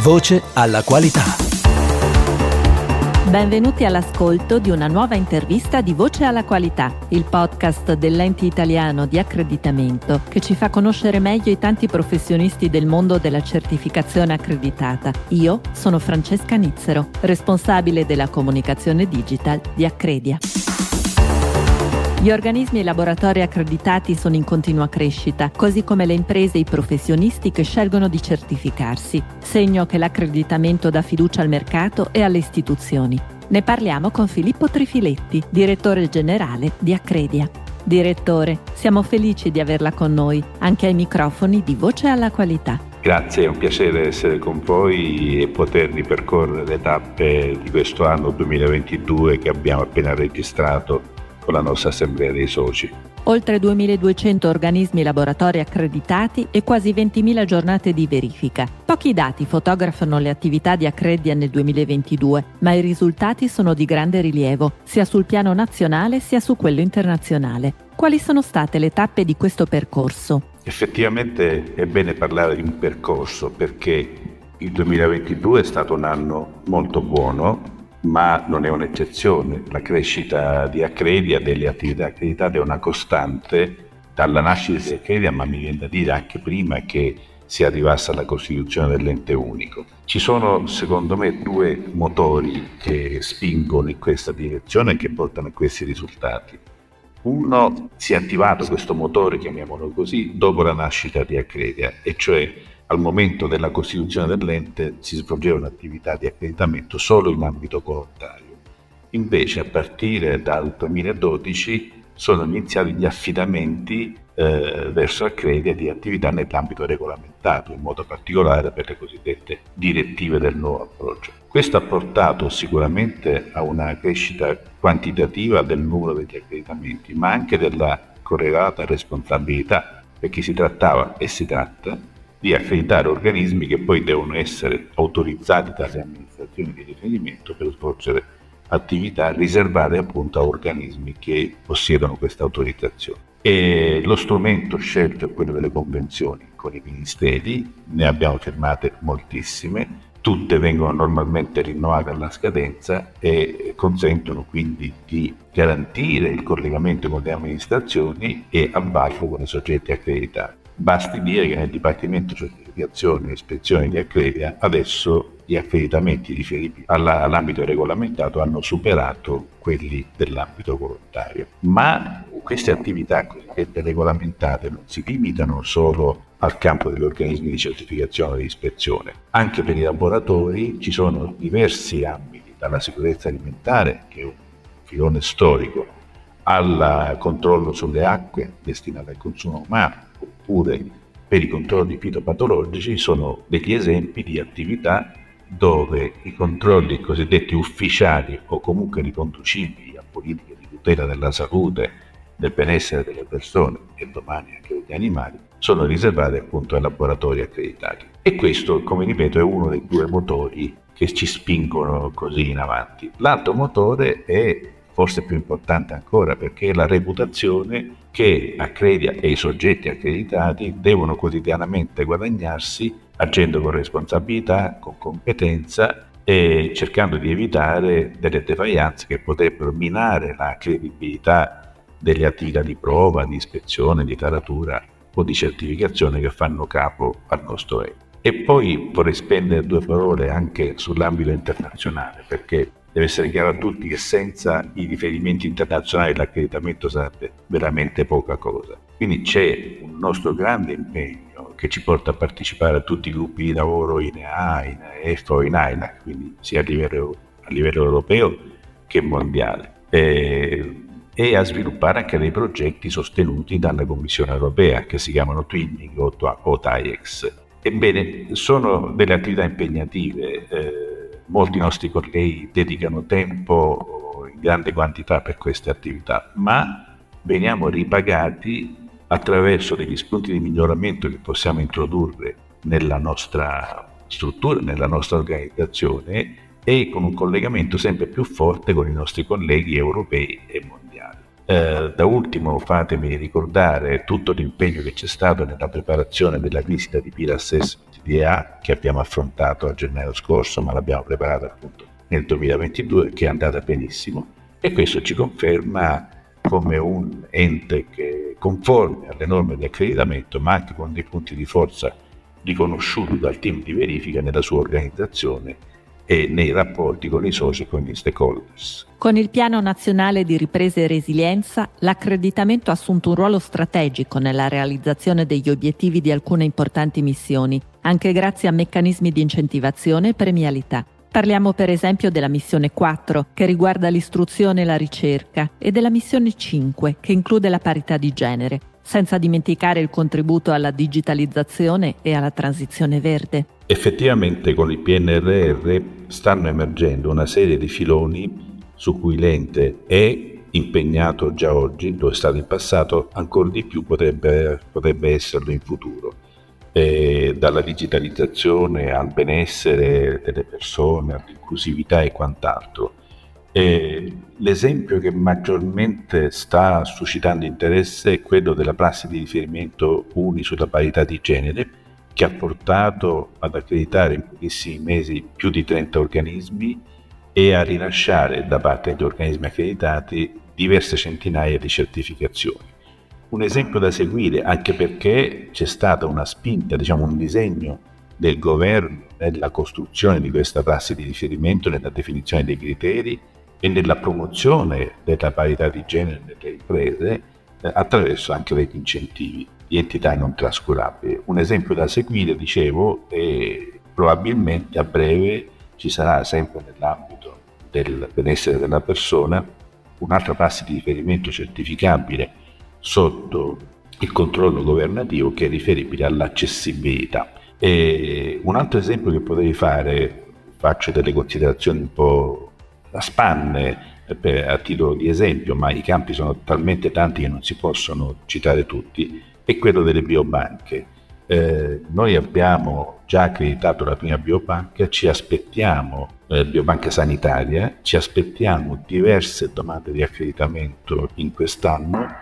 Voce alla qualità. Benvenuti all'ascolto di una nuova intervista di Voce alla Qualità, il podcast dell'ente italiano di accreditamento che ci fa conoscere meglio i tanti professionisti del mondo della certificazione accreditata. Io sono Francesca Nizzero, responsabile della comunicazione digital di Accredia. Gli organismi e i laboratori accreditati sono in continua crescita, così come le imprese e i professionisti che scelgono di certificarsi, segno che l'accreditamento dà fiducia al mercato e alle istituzioni. Ne parliamo con Filippo Trifiletti, direttore generale di Accredia. Direttore, siamo felici di averla con noi, anche ai microfoni di Voce alla Qualità. Grazie, è un piacere essere con voi e poter ripercorrere le tappe di questo anno 2022 che abbiamo appena registrato con la nostra assemblea dei soci. Oltre 2.200 organismi e laboratori accreditati e quasi 20.000 giornate di verifica. Pochi dati fotografano le attività di Accredia nel 2022, ma i risultati sono di grande rilievo, sia sul piano nazionale sia su quello internazionale. Quali sono state le tappe di questo percorso? Effettivamente è bene parlare di un percorso perché il 2022 è stato un anno molto buono, ma non è un'eccezione. La crescita di Accredia, delle attività accreditate, è una costante dalla nascita di Accredia, ma mi viene da dire anche prima che si arrivasse alla costituzione dell'ente unico. Ci sono, secondo me, due motori che spingono in questa direzione e che portano a questi risultati. Uno, si è attivato questo motore, chiamiamolo così, dopo la nascita di Accredia, e cioè al momento della costituzione dell'ente si svolgeva un'attività di accreditamento solo in ambito volontario. Invece a partire dal 2012 sono iniziati gli affidamenti verso Accredia di attività nell'ambito regolamentato, in modo particolare per le cosiddette direttive del nuovo approccio. Questo ha portato sicuramente a una crescita quantitativa del numero degli accreditamenti, ma anche della correlata responsabilità, perché si trattava e si tratta di accreditare organismi che poi devono essere autorizzati dalle amministrazioni di riferimento per svolgere attività riservate appunto a organismi che possiedono questa autorizzazione. E lo strumento scelto è quello delle convenzioni con i ministeri, ne abbiamo firmate moltissime, tutte vengono normalmente rinnovate alla scadenza e consentono quindi di garantire il collegamento con le amministrazioni e a vaglio con i soggetti accreditati. Basti dire che nel Dipartimento Certificazione e Ispezione di Accredia adesso gli accreditamenti riferibili all'ambito regolamentato hanno superato quelli dell'ambito volontario. Ma queste attività cosiddette regolamentate non si limitano solo al campo degli organismi di certificazione e di ispezione. Anche per i laboratori ci sono diversi ambiti, dalla sicurezza alimentare, che è un filone storico, al controllo sulle acque destinate al consumo umano, oppure per i controlli fitopatologici. Sono degli esempi di attività dove i controlli cosiddetti ufficiali o comunque riconducibili a politiche di tutela della salute, del benessere delle persone e domani anche degli animali sono riservati appunto ai laboratori accreditati. E questo, come ripeto, è uno dei due motori che ci spingono così in avanti. L'altro motore è forse più importante ancora, perché è la reputazione che Accredia e i soggetti accreditati devono quotidianamente guadagnarsi agendo con responsabilità, con competenza e cercando di evitare delle defaillanze che potrebbero minare la credibilità delle attività di prova, di ispezione, di taratura o di certificazione che fanno capo al nostro ente. E poi vorrei spendere due parole anche sull'ambito internazionale, perché deve essere chiaro a tutti che senza i riferimenti internazionali l'accreditamento sarebbe veramente poca cosa. Quindi c'è un nostro grande impegno che ci porta a partecipare a tutti i gruppi di lavoro INEA, INAEF o INAINAC, quindi sia a livello europeo che mondiale, e a sviluppare anche dei progetti sostenuti dalla Commissione europea che si chiamano Twinning o TAIEX. Ebbene, sono delle attività impegnative. Molti nostri colleghi dedicano tempo in grande quantità per queste attività, ma veniamo ripagati attraverso degli spunti di miglioramento che possiamo introdurre nella nostra struttura, nella nostra organizzazione e con un collegamento sempre più forte con i nostri colleghi europei e mondiali. Da ultimo fatemi ricordare tutto l'impegno che c'è stato nella preparazione della visita di peer assessment DEA che abbiamo affrontato a gennaio scorso, ma l'abbiamo preparata appunto nel 2022, che è andata benissimo, e questo ci conferma come un ente che è conforme alle norme di accreditamento, ma anche con dei punti di forza riconosciuti dal team di verifica nella sua organizzazione e nei rapporti con i soci e con gli stakeholders. Con il Piano Nazionale di Ripresa e Resilienza, l'accreditamento ha assunto un ruolo strategico nella realizzazione degli obiettivi di alcune importanti missioni, anche grazie a meccanismi di incentivazione e premialità. Parliamo per esempio della missione 4, che riguarda l'istruzione e la ricerca, e della missione 5, che include la parità di genere, senza dimenticare il contributo alla digitalizzazione e alla transizione verde. Effettivamente con il PNRR stanno emergendo una serie di filoni su cui l'ente è impegnato già oggi, lo è stato in passato, ancora di più potrebbe esserlo in futuro. Dalla digitalizzazione al benessere delle persone, all'inclusività e quant'altro. L'esempio che maggiormente sta suscitando interesse è quello della prassi di riferimento UNI sulla parità di genere, che ha portato ad accreditare in pochissimi mesi più di 30 organismi e a rilasciare da parte degli organismi accreditati diverse centinaia di certificazioni. Un esempio da seguire, anche perché c'è stata una spinta, un disegno del governo nella costruzione di questa prassi di riferimento, nella definizione dei criteri e nella promozione della parità di genere nelle imprese attraverso anche degli incentivi di entità non trascurabili. Un esempio da seguire, dicevo, e probabilmente a breve ci sarà, sempre nell'ambito del benessere della persona, un'altra prassi di riferimento certificabile sotto il controllo governativo, che è riferibile all'accessibilità. E un altro esempio che potrei fare, faccio delle considerazioni un po' a spanne a titolo di esempio, ma i campi sono talmente tanti che non si possono citare tutti, è quello delle biobanche. Noi abbiamo già accreditato la prima biobanca, ci aspettiamo, biobanca sanitaria, ci aspettiamo diverse domande di accreditamento in quest'anno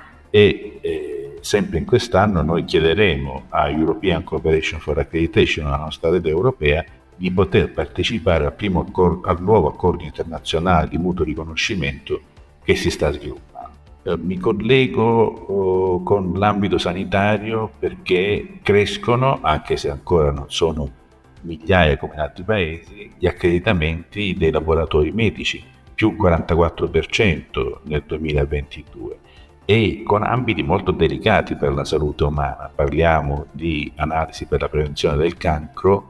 e sempre in quest'anno noi chiederemo a European Cooperation for Accreditation, la nostra rete europea, di poter partecipare al nuovo accordo internazionale di mutuo riconoscimento che si sta sviluppando. Mi collego con l'ambito sanitario perché crescono, anche se ancora non sono migliaia come in altri paesi, gli accreditamenti dei laboratori medici, più 44% nel 2022, e con ambiti molto delicati per la salute umana. Parliamo di analisi per la prevenzione del cancro,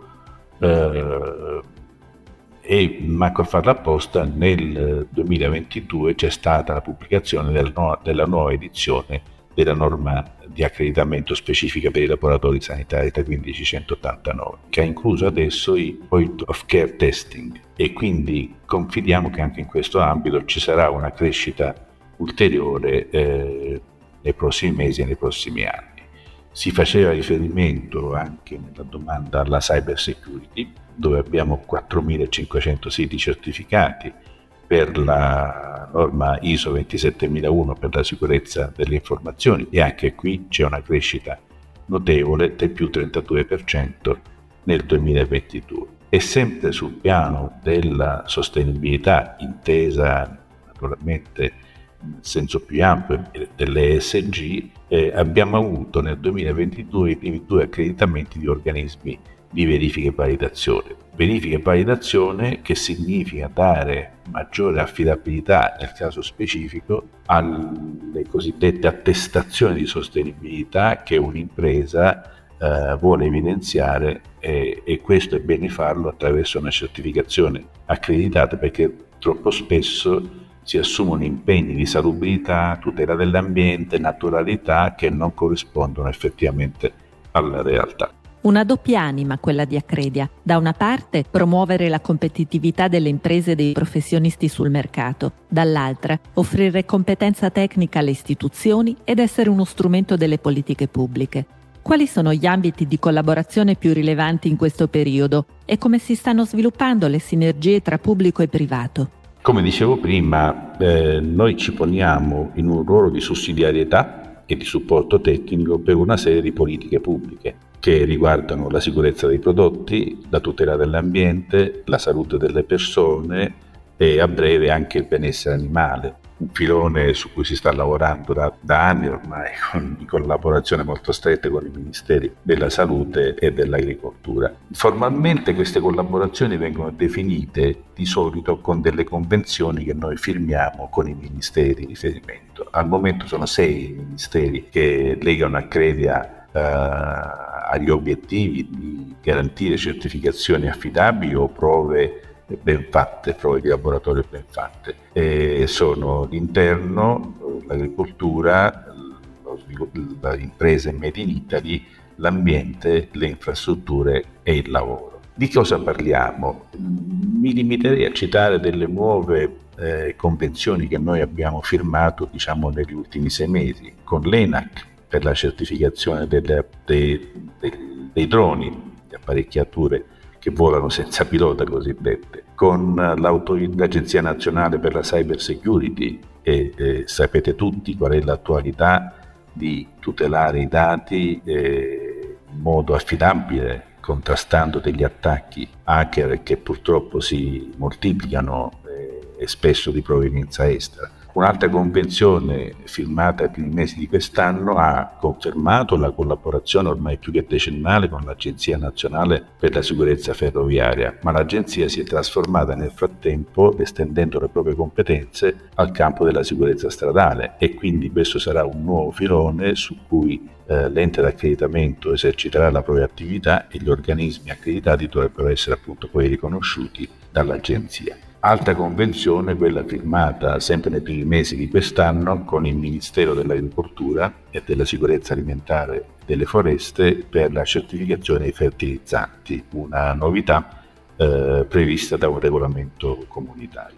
ma per farla apposta nel 2022 c'è stata la pubblicazione della nuova edizione della norma di accreditamento specifica per i laboratori sanitari 15189, che ha incluso adesso i point of care testing, e quindi confidiamo che anche in questo ambito ci sarà una crescita ulteriore nei prossimi mesi e nei prossimi anni. Si faceva riferimento anche nella domanda alla cyber security, dove abbiamo 4.500 siti certificati per la norma ISO 27001 per la sicurezza delle informazioni, e anche qui c'è una crescita notevole del più 32% nel 2022. E sempre sul piano della sostenibilità, intesa naturalmente in senso più ampio delle ESG, abbiamo avuto nel 2022 i primi 2 accreditamenti di organismi di verifica e validazione. Verifica e validazione che significa dare maggiore affidabilità, nel caso specifico, alle cosiddette attestazioni di sostenibilità che un'impresa vuole evidenziare, e questo è bene farlo attraverso una certificazione accreditata, perché troppo spesso si assumono impegni di salubrità, tutela dell'ambiente, naturalità che non corrispondono effettivamente alla realtà. Una doppia anima quella di Accredia. Da una parte promuovere la competitività delle imprese e dei professionisti sul mercato, dall'altra offrire competenza tecnica alle istituzioni ed essere uno strumento delle politiche pubbliche. Quali sono gli ambiti di collaborazione più rilevanti in questo periodo e come si stanno sviluppando le sinergie tra pubblico e privato? Come dicevo prima, noi ci poniamo in un ruolo di sussidiarietà e di supporto tecnico per una serie di politiche pubbliche che riguardano la sicurezza dei prodotti, la tutela dell'ambiente, la salute delle persone e a breve anche il benessere animale. Un filone su cui si sta lavorando da anni ormai, in collaborazione molto stretta con i ministeri della salute e dell'agricoltura. Formalmente queste collaborazioni vengono definite di solito con delle convenzioni che noi firmiamo con i ministeri di riferimento. Al momento sono 6 i ministeri che legano Accredia agli obiettivi di garantire certificazioni affidabili o prove ben fatte, prove di laboratorio ben fatte. Sono l'interno, l'agricoltura, le imprese made in Italy, l'ambiente, le infrastrutture e il lavoro. Di cosa parliamo? Mi limiterei a citare delle nuove convenzioni che noi abbiamo firmato, negli ultimi 6 mesi, con l'ENAC per la certificazione dei droni, di apparecchiature che volano senza pilota cosiddette, con l'Agenzia Nazionale per la Cyber Security e sapete tutti qual è l'attualità di tutelare i dati in modo affidabile, contrastando degli attacchi hacker che purtroppo si moltiplicano e spesso di provenienza estera. Un'altra convenzione firmata ai primi mesi di quest'anno ha confermato la collaborazione ormai più che decennale con l'Agenzia Nazionale per la Sicurezza Ferroviaria, ma l'agenzia si è trasformata nel frattempo estendendo le proprie competenze al campo della sicurezza stradale e quindi questo sarà un nuovo filone su cui l'ente d'accreditamento eserciterà la propria attività e gli organismi accreditati dovrebbero essere appunto poi riconosciuti dall'agenzia. Altra convenzione, quella firmata sempre nei primi mesi di quest'anno con il Ministero dell'Agricoltura e della Sicurezza Alimentare e delle Foreste per la certificazione dei fertilizzanti, una novità prevista da un regolamento comunitario.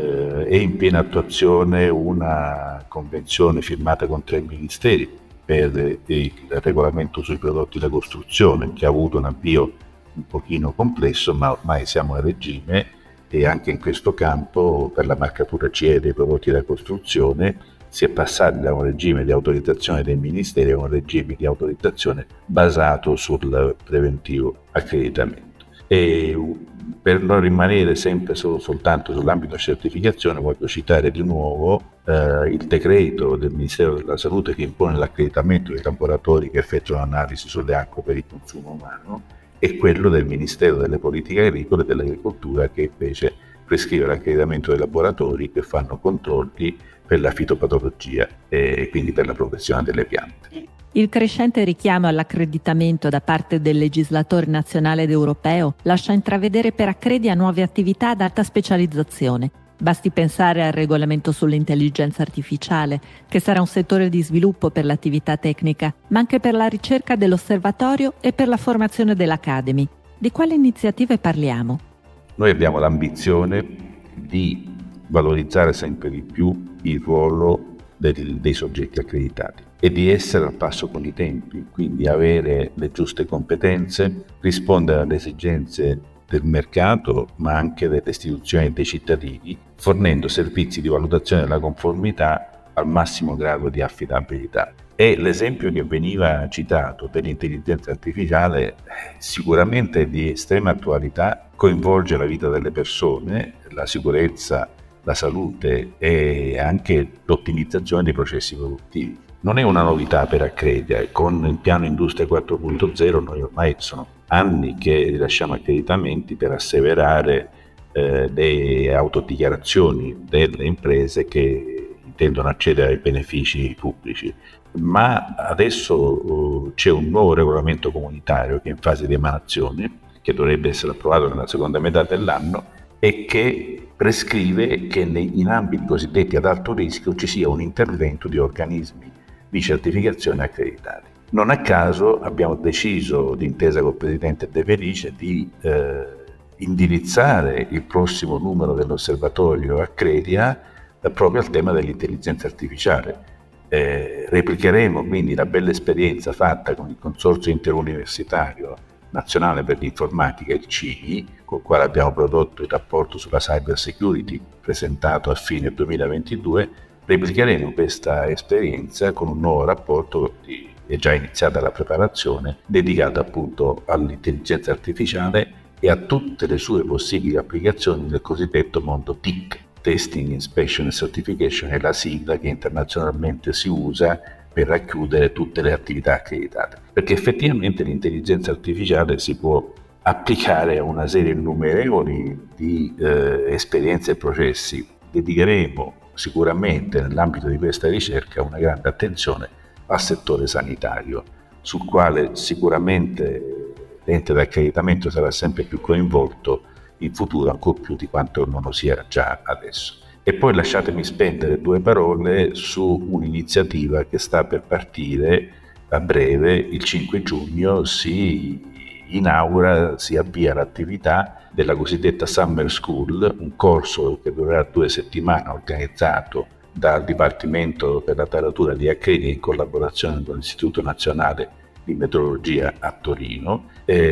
È in piena attuazione una convenzione firmata con 3 ministeri per il regolamento sui prodotti da costruzione, che ha avuto un avvio un pochino complesso, ma ormai siamo a regime. E anche in questo campo, per la marcatura CE dei prodotti da costruzione, si è passati da un regime di autorizzazione dei ministeri a un regime di autorizzazione basato sul preventivo accreditamento. E per non rimanere sempre soltanto sull'ambito certificazione, voglio citare di nuovo il decreto del Ministero della Salute che impone l'accreditamento dei laboratori che effettuano analisi sulle acque per il consumo umano, e quello del Ministero delle Politiche Agricole e dell'Agricoltura che invece prescrive l'accreditamento dei laboratori che fanno controlli per la fitopatologia e quindi per la protezione delle piante. Il crescente richiamo all'accreditamento da parte del legislatore nazionale ed europeo lascia intravedere per Accredia nuove attività ad alta specializzazione. Basti pensare al regolamento sull'intelligenza artificiale, che sarà un settore di sviluppo per l'attività tecnica, ma anche per la ricerca dell'osservatorio e per la formazione dell'Academy. Di quali iniziative parliamo? Noi abbiamo l'ambizione di valorizzare sempre di più il ruolo dei soggetti accreditati e di essere al passo con i tempi, quindi avere le giuste competenze, rispondere alle esigenze del mercato ma anche delle istituzioni e dei cittadini, fornendo servizi di valutazione della conformità al massimo grado di affidabilità. E l'esempio che veniva citato dell'intelligenza artificiale sicuramente è di estrema attualità, coinvolge la vita delle persone, la sicurezza, la salute e anche l'ottimizzazione dei processi produttivi. Non è una novità per Accredia, con il piano Industria 4.0 noi ormai sono anni che rilasciamo accreditamenti per asseverare le autodichiarazioni delle imprese che intendono accedere ai benefici pubblici. Ma adesso c'è un nuovo regolamento comunitario che è in fase di emanazione, che dovrebbe essere approvato nella seconda metà dell'anno e che prescrive che in ambiti cosiddetti ad alto rischio ci sia un intervento di organismi di certificazione accreditati. Non a caso abbiamo deciso, d'intesa col Presidente De Felice, di indirizzare il prossimo numero dell'osservatorio Accredia proprio al tema dell'intelligenza artificiale. Replicheremo quindi la bella esperienza fatta con il consorzio interuniversitario nazionale per l'informatica, il CINI, con il quale abbiamo prodotto il rapporto sulla cyber security presentato a fine 2022, replicheremo questa esperienza con un nuovo rapporto è già iniziata la preparazione, dedicato appunto all'intelligenza artificiale e a tutte le sue possibili applicazioni nel cosiddetto mondo TIC, Testing, Inspection and Certification, è la sigla che internazionalmente si usa per racchiudere tutte le attività accreditate, perché effettivamente l'intelligenza artificiale si può applicare a una serie innumerevoli di esperienze e processi. Dedicheremo sicuramente nell'ambito di questa ricerca una grande attenzione al settore sanitario, sul quale sicuramente l'ente d'accreditamento sarà sempre più coinvolto in futuro, ancora più di quanto non lo sia già adesso. E poi lasciatemi spendere 2 parole su un'iniziativa che sta per partire a breve. Il 5 giugno si inaugura, si avvia l'attività della cosiddetta Summer School, un corso che durerà 2 settimane organizzato dal Dipartimento per la Taratura di Accrediti in collaborazione con l'Istituto Nazionale di Metrologia a Torino,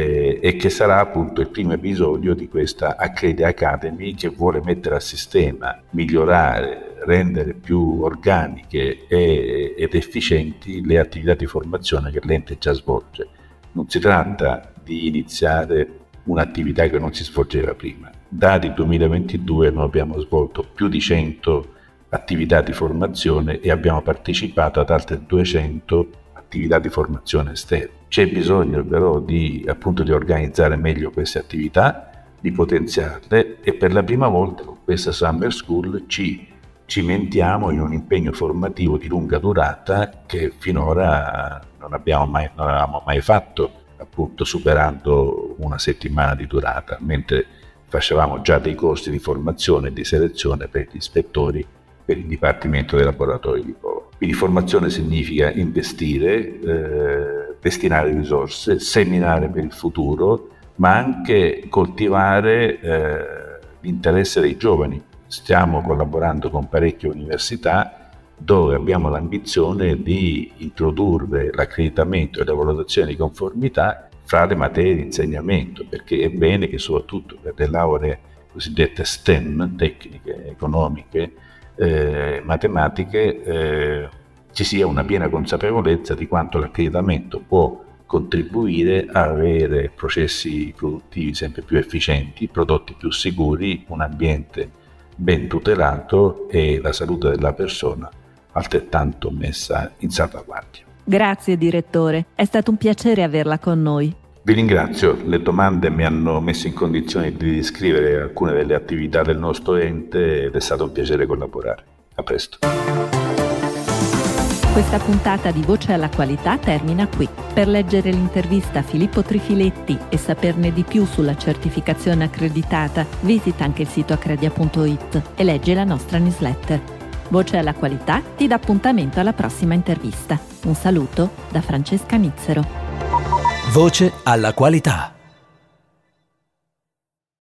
e che sarà appunto il primo episodio di questa Accredit Academy che vuole mettere a sistema, migliorare, rendere più organiche ed efficienti le attività di formazione che l'ente già svolge. Non si tratta di iniziare un'attività che non si svolgeva prima. Dal 2022 noi abbiamo svolto più di 100 attività di formazione e abbiamo partecipato ad altre 200 attività di formazione esterna. C'è bisogno però di organizzare meglio queste attività, di potenziarle, e per la prima volta con questa Summer School ci cimentiamo in un impegno formativo di lunga durata che finora non avevamo mai fatto, appunto superando una settimana di durata, mentre facevamo già dei corsi di formazione e di selezione per gli ispettori per il Dipartimento dei Laboratori di Prova. Quindi formazione significa investire, destinare risorse, seminare per il futuro, ma anche coltivare l'interesse dei giovani. Stiamo collaborando con parecchie università dove abbiamo l'ambizione di introdurre l'accreditamento e la valutazione di conformità fra le materie di insegnamento, perché è bene che soprattutto per le lauree cosiddette STEM, tecniche, economiche, matematiche, ci sia una piena consapevolezza di quanto l'accreditamento può contribuire a avere processi produttivi sempre più efficienti, prodotti più sicuri, un ambiente ben tutelato e la salute della persona altrettanto messa in salvaguardia. Grazie direttore, è stato un piacere averla con noi. Vi ringrazio, le domande mi hanno messo in condizione di descrivere alcune delle attività del nostro ente ed è stato un piacere collaborare. A presto. Questa puntata di Voce alla Qualità termina qui. Per leggere l'intervista a Filippo Trifiletti e saperne di più sulla certificazione accreditata, visita anche il sito accredia.it e leggi la nostra newsletter. Voce alla Qualità ti dà appuntamento alla prossima intervista. Un saluto da Francesca Nizzero. Voce alla Qualità.